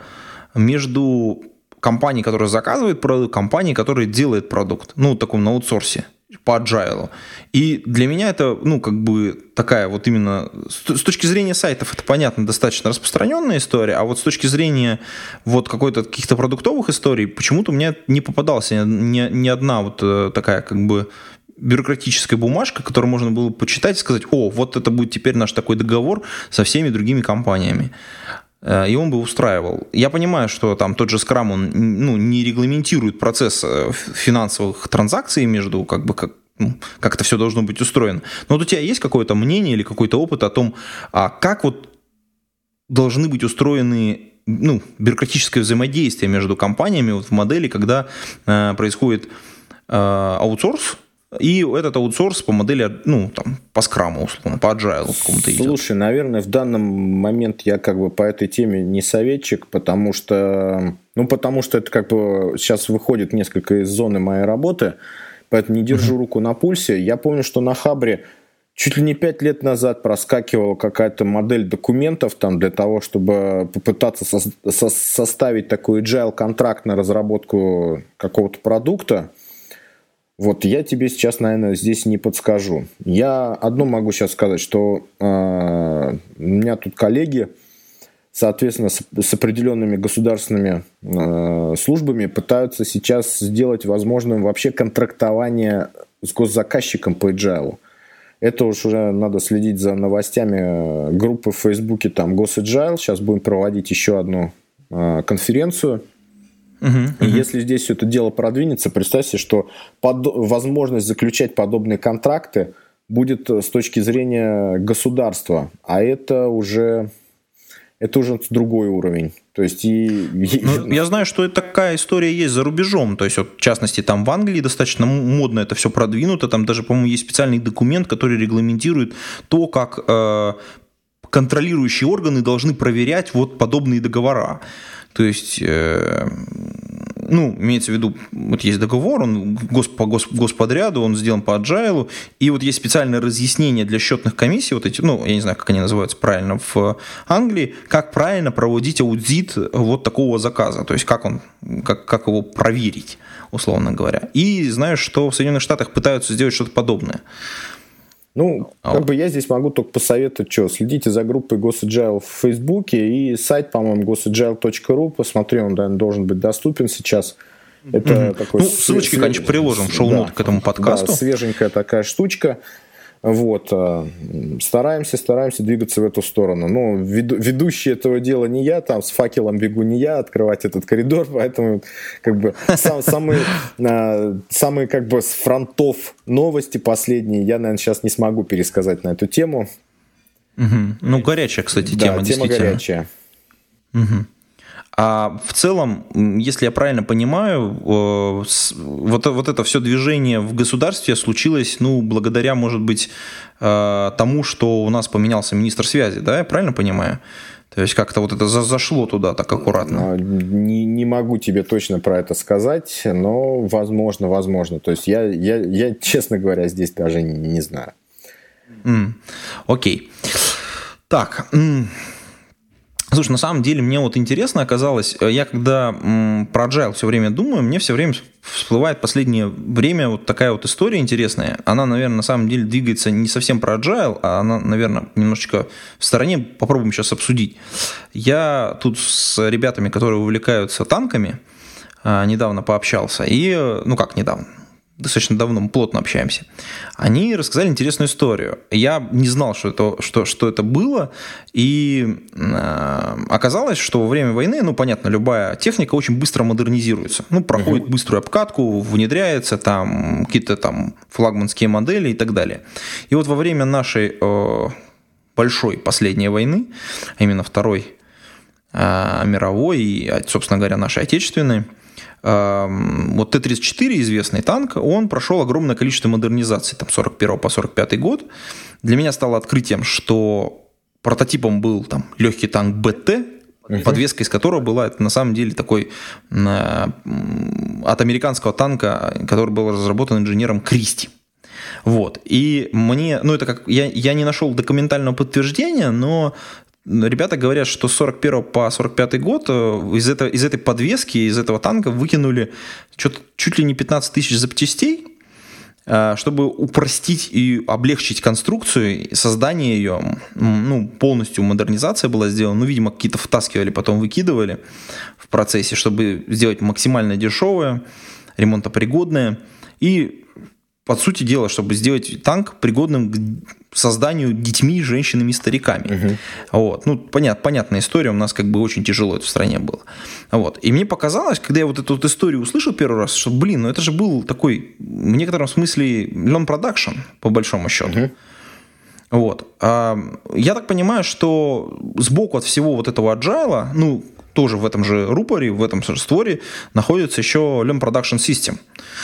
между компанией, которая заказывает продукт, компанией, которая делает продукт. Ну, таком на аутсорсе, по agile. И для меня это, ну, как бы такая вот именно... С точки зрения сайтов это, понятно, достаточно распространенная история, а вот с точки зрения вот какой-то каких-то продуктовых историй почему-то у меня не попадался ни, ни одна вот такая как бы бюрократическая бумажка, которую можно было почитать и сказать, о, вот это будет теперь наш такой договор со всеми другими компаниями. И он бы устраивал. Я понимаю, что там тот же Scrum, он ну, не регламентирует процесс финансовых транзакций между, как бы, как, ну, как это все должно быть устроено. Но вот у тебя есть какое-то мнение или какой-то опыт о том, а как вот должны быть устроены ну, бюрократическое взаимодействие между компаниями вот в модели, когда э, происходит э, аутсорс, и этот аутсорс по модели, ну, там, по скраму, условно, по agile какому-то идет. Слушай, наверное, в данном момент я как бы по этой теме не советчик, потому что, ну, потому что это как бы сейчас выходит несколько из зоны моей работы, поэтому не держу uh-huh. руку на пульсе. Я помню, что на Хабре чуть ли не пять лет назад проскакивала какая-то модель документов там для того, чтобы попытаться со- со- составить такой agile-контракт на разработку какого-то продукта. Вот я тебе сейчас, наверное, здесь не подскажу. Я одно могу сейчас сказать, что э, у меня тут коллеги, соответственно, с, с определенными государственными э, службами пытаются сейчас сделать возможным вообще контрактование с госзаказчиком по agile. Это уж уже надо следить за новостями группы в Фейсбуке, там GosAgile. Сейчас будем проводить еще одну э, конференцию. Uh-huh, uh-huh. И если здесь все это дело продвинется, представьте, что под... возможность заключать подобные контракты будет с точки зрения государства, а это уже, это уже другой уровень. То есть и... ну, я знаю, что такая история есть за рубежом, то есть вот, в частности там в Англии достаточно модно это все продвинуто, там даже, по-моему, есть специальный документ, который регламентирует то, как... Э... контролирующие органы должны проверять вот подобные договора. То есть, э, ну, имеется в виду, вот есть договор, он госп, по госп, господряду, он сделан по agile, и вот есть специальное разъяснение для счетных комиссий, вот эти, ну, я не знаю, как они называются правильно в Англии, как правильно проводить аудит вот такого заказа, то есть как он, как, как его проверить, условно говоря. И знаю, что в Соединенных Штатах пытаются сделать что-то подобное. Ну, как вот. бы я здесь могу только посоветовать, что следите за группой GosAgile в Фейсбуке и сайт, по-моему, госаджайл точка ру, посмотри, он, наверное, должен быть доступен сейчас. Это mm-hmm. такой ну, ссылочки, свеж... конечно, приложим в шоу-нот да, к этому подкасту. Да, свеженькая такая штучка. Вот. Стараемся, стараемся двигаться в эту сторону. Но ведущий этого дела не я, там с факелом бегу не я, открывать этот коридор, поэтому как бы сам, самые, самые как бы с фронтов новости последние я, наверное, сейчас не смогу пересказать на эту тему. Угу. Ну, горячая, кстати, да, тема, тема действительно. горячая. Угу. А в целом, если я правильно понимаю, вот, вот это все движение в государстве случилось, ну, благодаря, может быть, тому, что у нас поменялся министр связи, да, я правильно понимаю? То есть как-то вот это зашло туда так аккуратно. Не, не могу тебе точно про это сказать, но возможно, возможно. То есть я, я, я честно говоря, здесь даже не, не знаю. Mm, окей. Так... Mm. Слушай, на самом деле мне вот интересно оказалось, я когда м, про Agile все время думаю, мне все время всплывает в последнее время вот такая вот история интересная. Она, наверное, на самом деле двигается не совсем про Agile, а она, наверное, немножечко в стороне. Попробуем сейчас обсудить. Я тут с ребятами, которые увлекаются танками, недавно пообщался. И, ну как недавно? Достаточно давно мы плотно общаемся. Они рассказали интересную историю. Я не знал, что это, что, что это было, и э, оказалось, что во время войны, ну, понятно, любая техника очень быстро модернизируется. Ну, проходит uh-huh. быструю обкатку, внедряется, там, какие-то там флагманские модели и так далее. И вот во время нашей э, большой последней войны, а именно Второй э, мировой и, собственно говоря, нашей отечественной, вот Т тридцать четыре, известный танк, он прошел огромное количество модернизаций, там, с сорок первого по сорок пятый год. Для меня стало открытием, что прототипом был там легкий танк БТ, uh-huh. подвеска из которого была, это на самом деле такой э, от американского танка, который был разработан инженером Кристи. Вот. И мне, ну это как, я, я не нашел документального подтверждения, но ребята говорят, что с сорок первого по сорок пятый год из, этого, из этой подвески, из этого танка выкинули что-то, чуть ли не пятнадцать тысяч запчастей, чтобы упростить и облегчить конструкцию, создание ее, ну, полностью модернизация была сделана, ну, видимо, какие-то втаскивали, потом выкидывали в процессе, чтобы сделать максимально дешевое, ремонтопригодное и, по сути дела, чтобы сделать танк пригодным к созданию детьми, женщинами и стариками. Uh-huh. Вот. Ну, понят, понятная история, у нас как бы очень тяжело это в стране было. Вот. И мне показалось, когда я вот эту вот историю услышал первый раз, что, блин, ну это же был такой, в некотором смысле, learn production, по большому счету. Uh-huh. Вот. А, я так понимаю, что сбоку от всего вот этого agile, ну, тоже в этом же рупоре, в этом же створе находится еще learn production system.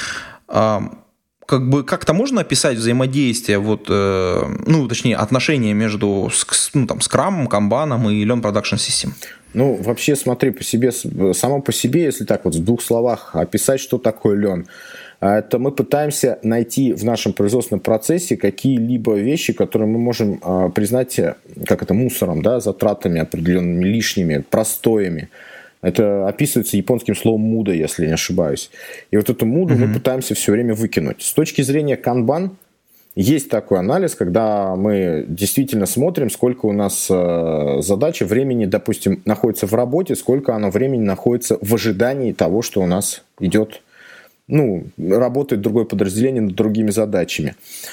А, Как бы как-то можно описать взаимодействие, вот, э, ну, точнее, отношения между ну, там, скрамом, канбаном и Learn Production System? Ну, вообще, смотри, по себе, само по себе, если так вот в двух словах описать, что такое Learn, это мы пытаемся найти в нашем производственном процессе какие-либо вещи, которые мы можем признать, как это, мусором, да, затратами определенными, лишними, простоями. Это описывается японским словом муда, если не ошибаюсь. И вот эту муду mm-hmm. мы пытаемся все время выкинуть. С точки зрения канбан есть такой анализ, когда мы действительно смотрим, сколько у нас задачи времени, допустим, находится в работе, сколько оно времени находится в ожидании того, что у нас идет, ну, работает другое подразделение над другими задачами.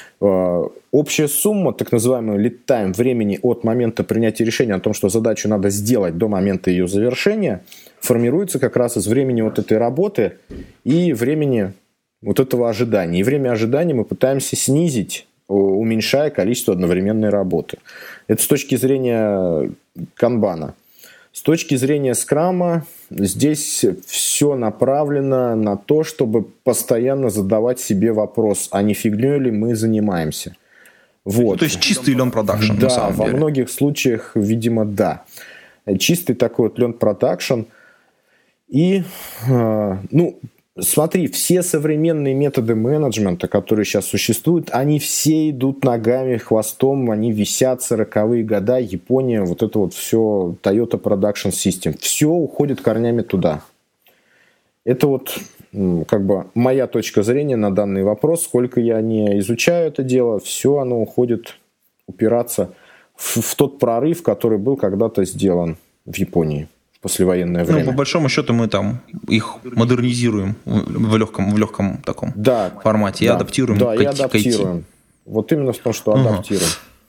Общая сумма, так называемый lead time, времени от момента принятия решения о том, что задачу надо сделать до момента ее завершения, формируется как раз из времени вот этой работы и времени вот этого ожидания. И время ожидания мы пытаемся снизить, уменьшая количество одновременной работы. Это с точки зрения канбана. С точки зрения скрама, здесь все направлено на то, чтобы постоянно задавать себе вопрос, а не фигней ли мы занимаемся. Вот. Ну, то есть чистый Learn Production, да, на самом во деле. многих случаях, видимо, да. Чистый такой вот Learn Production. И, э, ну, смотри, все современные методы менеджмента, которые сейчас существуют, они все идут ногами, хвостом, они висят сороковые года, Япония, вот это вот все Toyota Production System. Все уходит корнями туда. Это вот как бы моя точка зрения на данный вопрос. Сколько я не изучаю это дело, все оно уходит упираться в, в тот прорыв, который был когда-то сделан в Японии в послевоенное время. Ну, по большому счету мы там их модернизируем в легком, в легком таком да, формате и да, адаптируем да, к, и адаптируем. к Вот именно в том, что ага. адаптируем.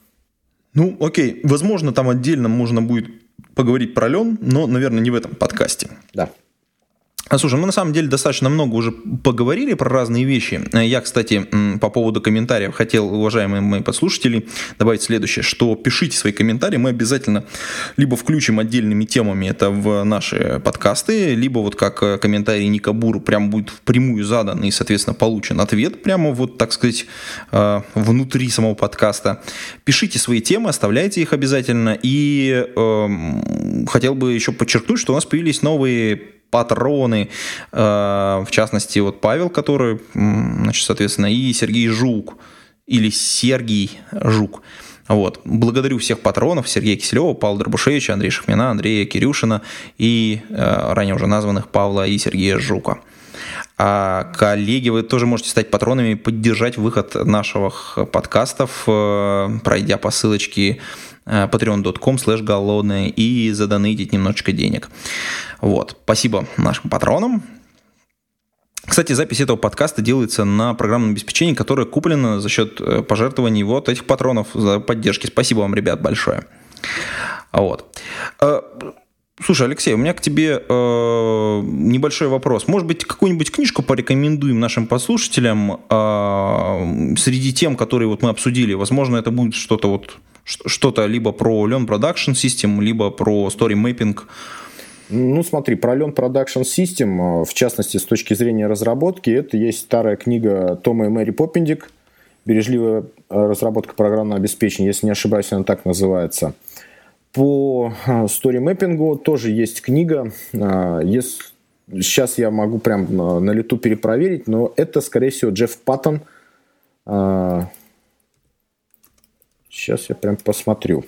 Ну, окей. Возможно, там отдельно можно будет поговорить про Learn, но, наверное, не в этом подкасте. Да. А, слушай, мы на самом деле достаточно много уже поговорили про разные вещи. Я, кстати, по поводу комментариев хотел, уважаемые мои подслушатели, добавить следующее, что пишите свои комментарии, мы обязательно либо включим отдельными темами это в наши подкасты, либо вот как комментарий Ника Буру прям будет впрямую задан и, соответственно, получен ответ прямо вот, так сказать, внутри самого подкаста. Пишите свои темы, оставляйте их обязательно. И э, хотел бы еще подчеркнуть, что у нас появились новые патроны, в частности, вот Павел, который, значит, соответственно, и Сергей Жук, или Сергей Жук. Вот. Благодарю всех патронов: Сергея Киселева, Павла Дробушевича, Андрея Шахмина, Андрея Кирюшина и ранее уже названных Павла и Сергея Жука. А, коллеги, вы тоже можете стать патронами и поддержать выход наших подкастов, пройдя по ссылочке patreon dot com slash голодные и задонатить немножечко денег. Вот. Спасибо нашим патронам. Кстати, запись этого подкаста делается на программном обеспечении, которое куплено за счет пожертвований вот этих патронов за поддержки. Спасибо вам, ребят, большое. Вот. Слушай, Алексей, у меня к тебе э, небольшой вопрос. Может быть, какую-нибудь книжку порекомендуем нашим послушателям э, среди тем, которые вот мы обсудили? Возможно, это будет что-то вот что-то либо про Learn Production System, либо про Story Mapping. Ну, смотри, про Learn Production System, в частности, с точки зрения разработки, это есть старая книга Тома и Мэри Поппендик «Бережливая разработка программного обеспечения», если не ошибаюсь, она так называется. По Story Mapping тоже есть книга. Если... Сейчас я могу прям на лету перепроверить, но это, скорее всего, Джефф Паттон. Сейчас я прям посмотрю.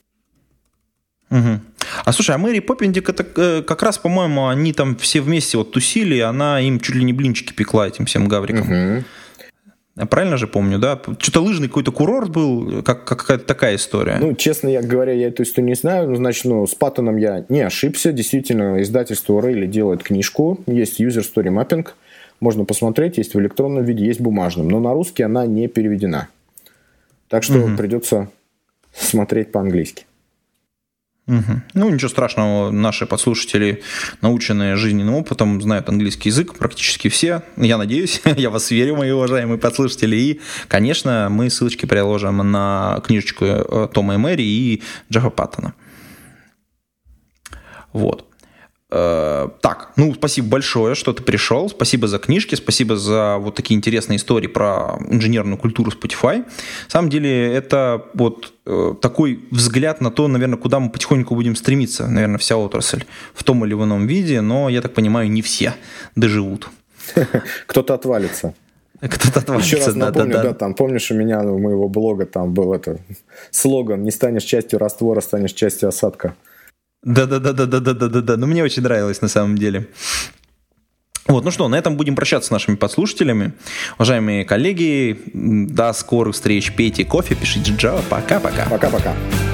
Угу. А слушай, а Мэри Поппендик, это как раз, по-моему, они там все вместе вот тусили, она им чуть ли не блинчики пекла, этим всем гаврикам. Угу. Я правильно же помню, да? Что-то лыжный какой-то курорт был, как, какая-то такая история. Ну, честно говоря, я эту историю не знаю. Ну, значит, ну, с Паттоном я не ошибся. Действительно, издательство Рейли делает книжку. Есть User Story Mapping. Можно посмотреть. Есть в электронном виде, есть в бумажном. Но на русский она не переведена. Так что угу. придется смотреть по-английски. Угу. Ну, ничего страшного, наши подслушатели, наученные жизненным опытом, знают английский язык практически все. Я надеюсь, я вас верю, мои уважаемые подслушатели. И, конечно, мы ссылочки приложим на книжечку Тома и Мэри и Джеффа Паттона. Вот. Так, ну, спасибо большое, что ты пришел. Спасибо за книжки, спасибо за вот такие интересные истории про инженерную культуру Spotify. На самом деле, это вот э, такой взгляд на то, наверное, куда мы потихоньку будем стремиться. Наверное, вся отрасль в том или ином виде, но, я так понимаю, не все доживут. Кто-то отвалится. Кто-то отвалится, Еще раз напомню, да, да, да, там, помнишь, у меня у моего блога там был это слоган: «Не станешь частью раствора, станешь частью осадка». Да-да-да-да-да-да-да-да. Ну, мне очень нравилось на самом деле. Вот, ну что, на этом будем прощаться с нашими подслушателями. Уважаемые коллеги, до скорых встреч. Пейте кофе, пишите Java. Пока-пока. Пока-пока.